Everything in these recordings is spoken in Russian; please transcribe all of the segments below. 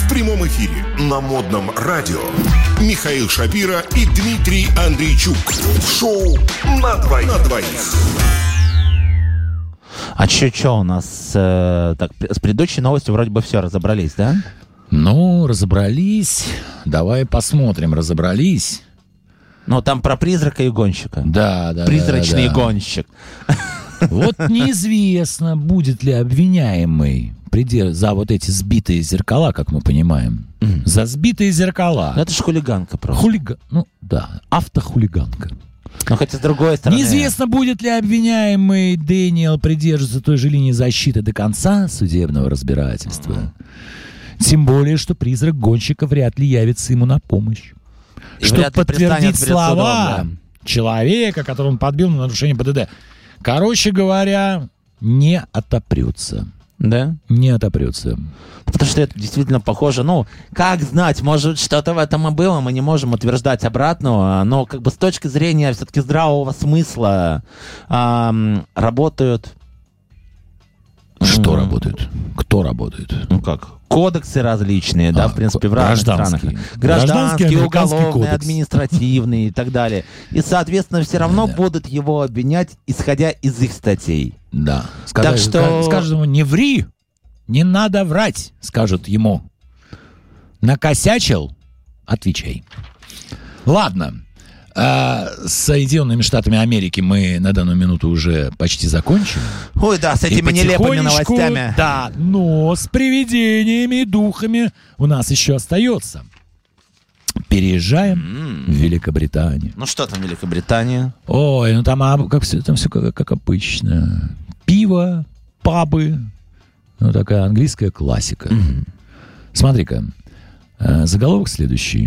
В прямом эфире на Модном радио Михаил Шапира и Дмитрий Андрейчук. Шоу «На двоих». А что у нас так, с предыдущей новостью вроде бы все разобрались, да? Ну, разобрались. Давай посмотрим, разобрались. Ну, там про призрака и гонщика. Да. Призрачный гонщик. Вот неизвестно, будет ли обвиняемый за вот эти сбитые зеркала, как мы понимаем. За сбитые зеркала. Ну, это же хулиганка просто. Ну, да, автохулиганка. Но хотя с другой стороны... Неизвестно, будет ли обвиняемый Дэниел придерживаться той же линии защиты до конца судебного разбирательства. Тем более, что призрак гонщика вряд ли явится ему на помощь. Чтобы подтвердить слова человека, которого он подбил на нарушение ПДД. Короче говоря, не отопрется. Да? Не отопрется. Потому что это действительно похоже. Ну, как знать, может, что-то в этом и было, мы не можем утверждать обратного, но как бы с точки зрения все-таки здравого смысла работают... Что работает? Кто работает? Ну как? Кодексы различные, да, в принципе, в разных странах. Гражданский, уголовный, кодекс. административный и так далее. И, соответственно, все равно будут его обвинять, исходя из их статей. Да. Так что... Скажут ему, не ври, не надо врать, скажут ему. Накосячил? Отвечай. Ладно. С Соединенными Штатами Америки мы на данную минуту уже почти закончили. Ой, да, с этими нелепыми новостями. Да, но с привидениями и духами у нас еще остается. Переезжаем в Великобританию. Ну что там Великобритания? Ой, ну там все как обычно. Пиво, пабы. Ну такая английская классика. Смотри-ка. Заголовок следующий.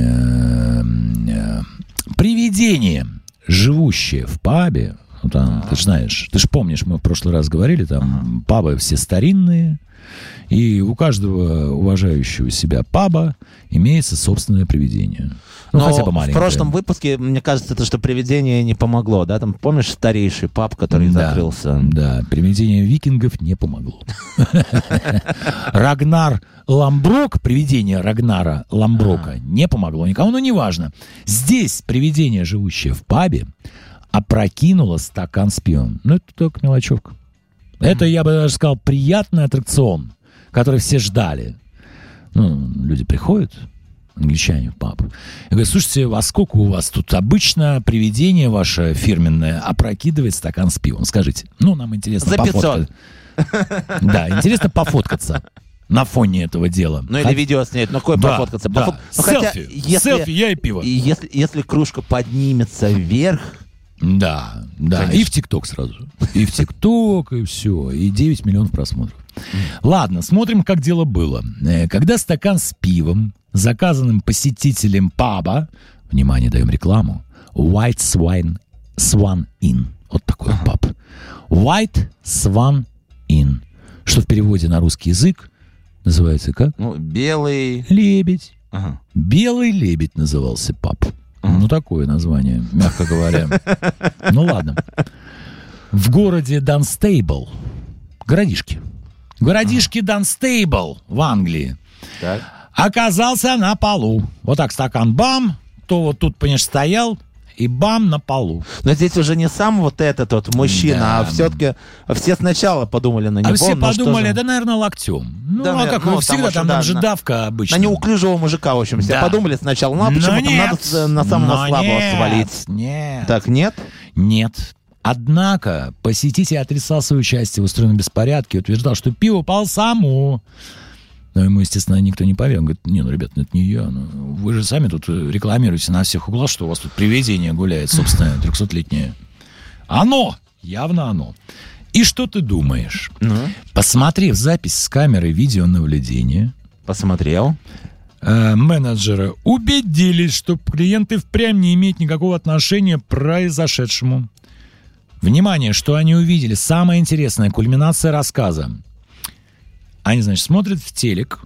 Привидение, живущее в пабе, ну, там, ты же знаешь, ты же помнишь, мы в прошлый раз говорили, там пабы все старинные, и у каждого уважающего себя паба имеется собственное привидение. Ну, хотя бы маленькое. В прошлом выпуске, мне кажется, это что привидение не помогло, да? Там, помнишь, старейший паб, который закрылся? Да, привидение викингов не помогло. Рагнар Ламброк, привидение Рагнара Ламброка не помогло никому, но неважно. Здесь привидение, живущее в пабе, опрокинуло стакан с пивом. Ну, это только мелочевка. Это, я бы даже сказал, приятный аттракцион, который все ждали. Ну, люди приходят, англичане в паб, и говорят, слушайте, во сколько у вас тут обычно привидение ваше фирменное опрокидывает стакан с пивом? Скажите. Ну, нам интересно пофоткаться. Да, интересно пофоткаться на фоне этого дела. Ну, или видео снять, ну, какое пофоткаться? Да. Селфи, я и пиво. Если кружка поднимется вверх... Да, конечно. И в ТикТок сразу. И в ТикТок, и все. И 9 миллионов просмотров. Ладно, смотрим, как дело было. Когда стакан с пивом, заказанным посетителем паба, внимание, даем рекламу, White Swan Inn. Вот такой паб. White Swan Inn. Что в переводе на русский язык называется как? Ну, белый... Лебедь. Белый лебедь назывался паб. Ну, такое название, мягко говоря. Ну, ладно. В городе Данстейбл. Городишки Данстейбл в Англии. Так. Оказался на полу. Вот так стакан бам, то вот тут, понимаешь, стоял, и бам, на полу. Но здесь уже не сам вот этот вот мужчина, Да. а все-таки все сначала подумали на него. А все но подумали, что же? да, наверное, локтем. Ну, Да, а как ну, всегда, там же давка обычно. На неуклюжего мужика, в общем, все Да. подумали сначала, ну а почему там надо на самого слабого свалить? Нет. Так, нет? Нет. Однако посетитель отрицал свое участие в устроенном беспорядке и утверждал, что пиво упало само. Но ему, естественно, никто не поверил. Он говорит, не, ну, ребят, ну, это не я. Ну, вы же сами тут рекламируете на всех углах, что у вас тут привидение гуляет, собственно, 300-летнее. Оно! Явно оно. И что ты думаешь? Посмотрев запись с камеры видеонаблюдения, Посмотрел. менеджеры убедились, что клиенты впрямь не имеют никакого отношения к произошедшему. Внимание, что они увидели. Самое интересное, кульминация рассказа. Они, значит, смотрят в телек.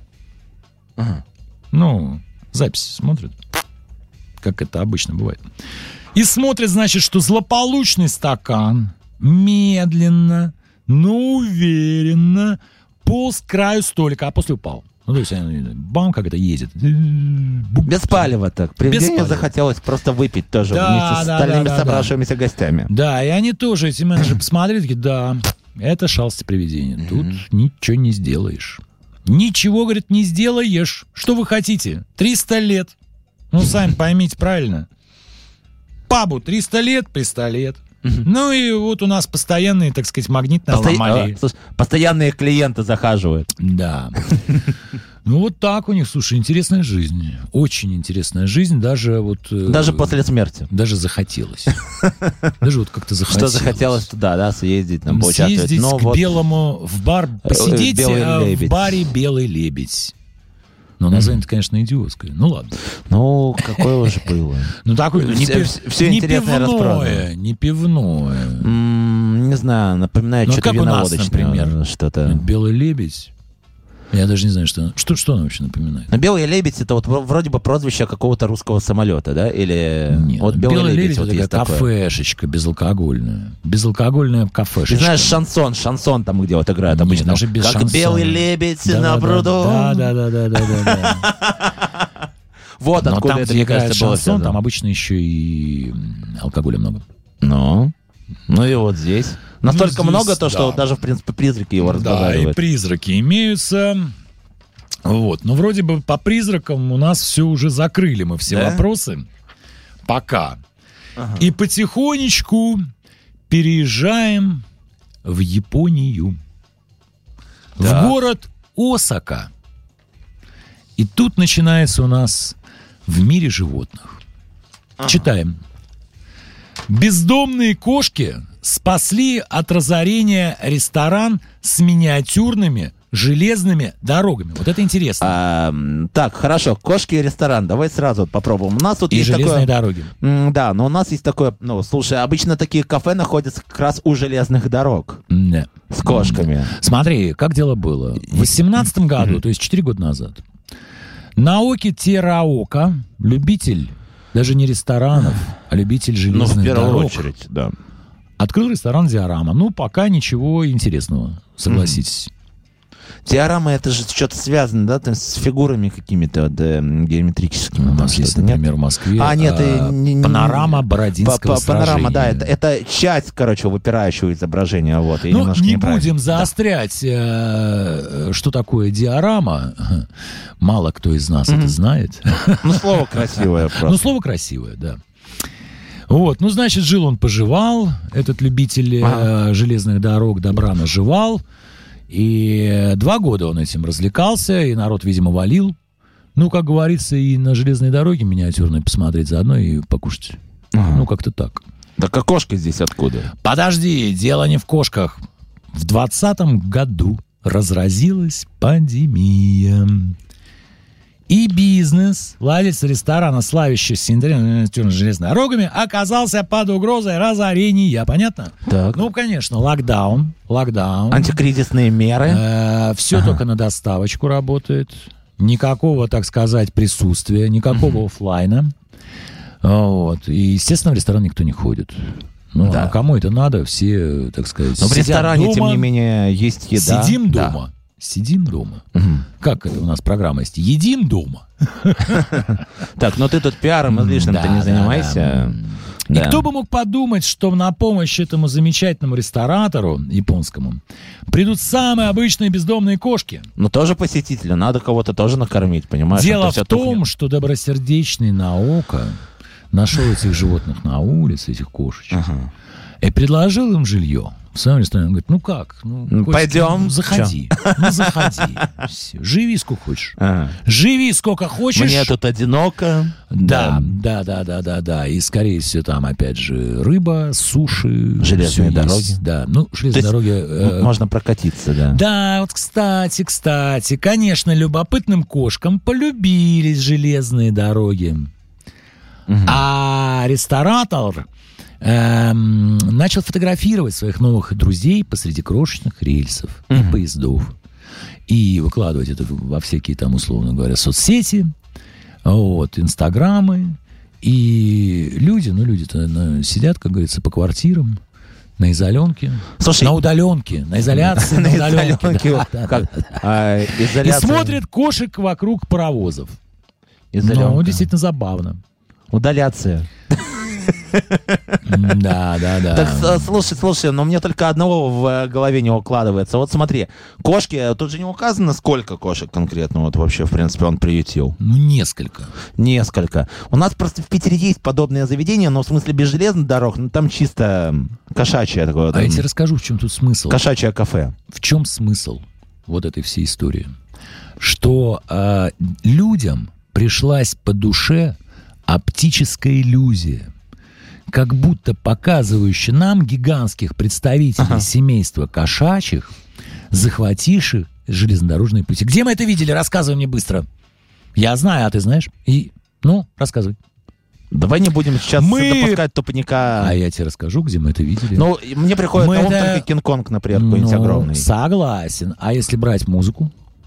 Ну, запись смотрят. Как это обычно бывает. И смотрят, значит, что злополучный стакан медленно, но уверенно полз к краю столика, а после упал. Ну, то есть, бам, как это едет. Без палева так. Привидению захотелось просто выпить тоже вместе с остальными собравшимися гостями. Да, и они тоже, эти менеджеры, посмотрели, такие, да, это шалости привидения. Тут ничего не сделаешь. Ничего, говорит, не сделаешь. Что вы хотите? 300 лет. Ну, сами поймите правильно. Пабу 300 лет, пистолет. Ну и вот у нас постоянные, так сказать, магнитные аномалии. Постоянные клиенты захаживают. Да. Ну вот так у них, слушай, интересная жизнь. Очень интересная жизнь, даже вот... Даже после смерти. Даже захотелось. Даже вот как-то захотелось. Что захотелось туда, да, съездить, там, поучаствовать. Съездить к белому в бар, посидеть в баре «Белый лебедь». Но название-то, конечно, идиотское. Ну, ладно. Ну, какое уже было. Ну, такое, не пивное, не пивное. Не знаю, напоминает что-то виноводочное. Что-то. «Белый лебедь». Я даже не знаю, что оно вообще напоминает. Но «Белый лебедь» — это вот вроде бы прозвище какого-то русского самолета, да? Или... Нет, вот «Белый лебедь» вот есть такая кафешечка безалкогольная. Безалкогольная кафешечка. Ты знаешь, шансон там, где вот играют обычно. Даже без как шансона. «Белый лебедь» на пруду. Да. Вот но откуда там, это, где мне кажется, было шансон, связано. там обычно еще и алкоголя много. Ну и вот здесь. Настолько здесь, много, то, что да. даже, в принципе, призраки его Да, разговаривают. и призраки имеются. Вот. Но вроде бы по призракам у нас все уже закрыли мы все вопросы. Пока. Ага. И потихонечку переезжаем в Японию. Да. В город Осака. И тут начинается у нас в мире животных. Ага. Читаем. Бездомные кошки спасли от разорения ресторан с миниатюрными железными дорогами. Вот это интересно. Так, хорошо. Кошки и ресторан. Давай сразу попробуем. У нас тут И есть железные такое... дороги. Да, но у нас есть такое... Ну, слушай, обычно такие кафе находятся как раз у железных дорог. Да. С кошками. Смотри, как дело было. В 2018 году, то есть 4 года назад, Наоки Тераока, любитель даже не ресторанов, а любитель железных дорог, в первую очередь, да. открыл ресторан «Диорама». Ну, пока ничего интересного, согласитесь. Диорама — это же что-то связано, да, там с фигурами какими-то геометрическими. У нас есть, например, в Москве нет, панорама Бородинского сражения. Панорама, да, это часть, короче, выпирающего изображения. Вот, ну, не будем заострять, что такое диорама. Мало кто из нас это знает. Ну, слово красивое просто. Ну, слово красивое, да. Вот, ну, значит, жил-он-поживал, этот любитель железных дорог добра наживал. И 2 года он этим развлекался, и народ, видимо, валил. Ну, как говорится, и на железной дороге миниатюрной посмотреть заодно и покушать. Ну, как-то так. Так а кошка здесь откуда? Подожди, дело не в кошках. В 2020 году разразилась пандемия. И бизнес, владелец ресторана, славящийся железными дорогами, оказался под угрозой разорения. Понятно? Так. Ну, конечно, локдаун. Антикризисные меры. Все только на доставочку работает. Никакого, так сказать, присутствия, никакого офлайна. Вот. И, естественно, в ресторан никто не ходит. Ну, а кому это надо? Все, так сказать, но в ресторане, дома, тем не менее, есть еда. Сидим дома. Сидим дома. Как это у нас программа есть? Едим дома. Так, но ты тут пиаром излишним-то не занимайся. И кто бы мог подумать, что на помощь этому замечательному ресторатору японскому придут самые обычные бездомные кошки. Ну, тоже посетители, надо кого-то тоже накормить, понимаешь? Дело в том, что добросердечный Наока нашел этих животных на улице, этих кошечек, и предложил им жилье. В своем ресторане он говорит, ну как? Ну, пойдем. Заходи. Ну, заходи. Все. Живи сколько хочешь. Живи сколько хочешь. Мне тут одиноко. Да. И, скорее всего, там, опять же, рыба, суши. Железные дороги. Да. Ну, железные дороги... можно прокатиться, да. Да, вот, кстати, конечно, любопытным кошкам полюбились железные дороги. А ресторатор... начал фотографировать своих новых друзей посреди крошечных рельсов и поездов. И выкладывать это во всякие там, условно говоря, соцсети, вот, инстаграмы. И люди-то сидят, как говорится, по квартирам, На изоленке. Слушай, на удаленке. На изоляции, на удаленке. И смотрит кошек вокруг паровозов. Ну, действительно забавно. Удаляция. Да. Так, слушай, но мне только одного в голове не укладывается. Вот смотри, кошки, тут же не указано, сколько кошек конкретно вот вообще, в принципе, он приютил. Ну, несколько. У нас просто в Питере есть подобное заведение, но в смысле без железных дорог, но там чисто кошачье такое. А я тебе расскажу, в чем тут смысл. Кошачье кафе. В чем смысл вот этой всей истории? Что людям пришлась по душе оптическая иллюзия, как будто показывающая нам гигантских представителей семейства кошачьих, захвативших железнодорожные пути. Где мы это видели? Рассказывай мне быстро. Я знаю, а ты знаешь? Рассказывай. Давай не будем сейчас допускать тупника. А я тебе расскажу, где мы это видели. Ну, мне приходит на ум только Кинг-Конг, например, какой-нибудь огромный. Согласен. А если брать музыку?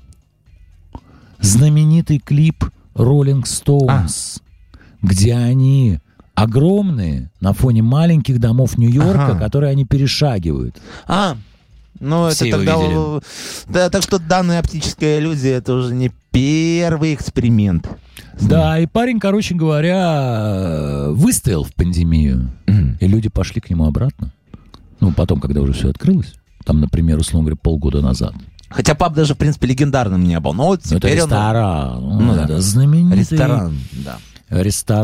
Знаменитый клип Rolling Stones, где они огромные на фоне маленьких домов Нью-Йорка, которые они перешагивают. Ну, все это его тогда... видели. Да, так что данная оптическая иллюзия, это уже не первый эксперимент. Да, и парень, короче говоря, выстоял в пандемию. И люди пошли к нему обратно. Ну, потом, когда уже все открылось. Там, например, условно говоря, полгода назад. Хотя паб даже, в принципе, легендарным не был. Но вот теперь это ресторан. Это знаменитый ресторан, да. Ресторан.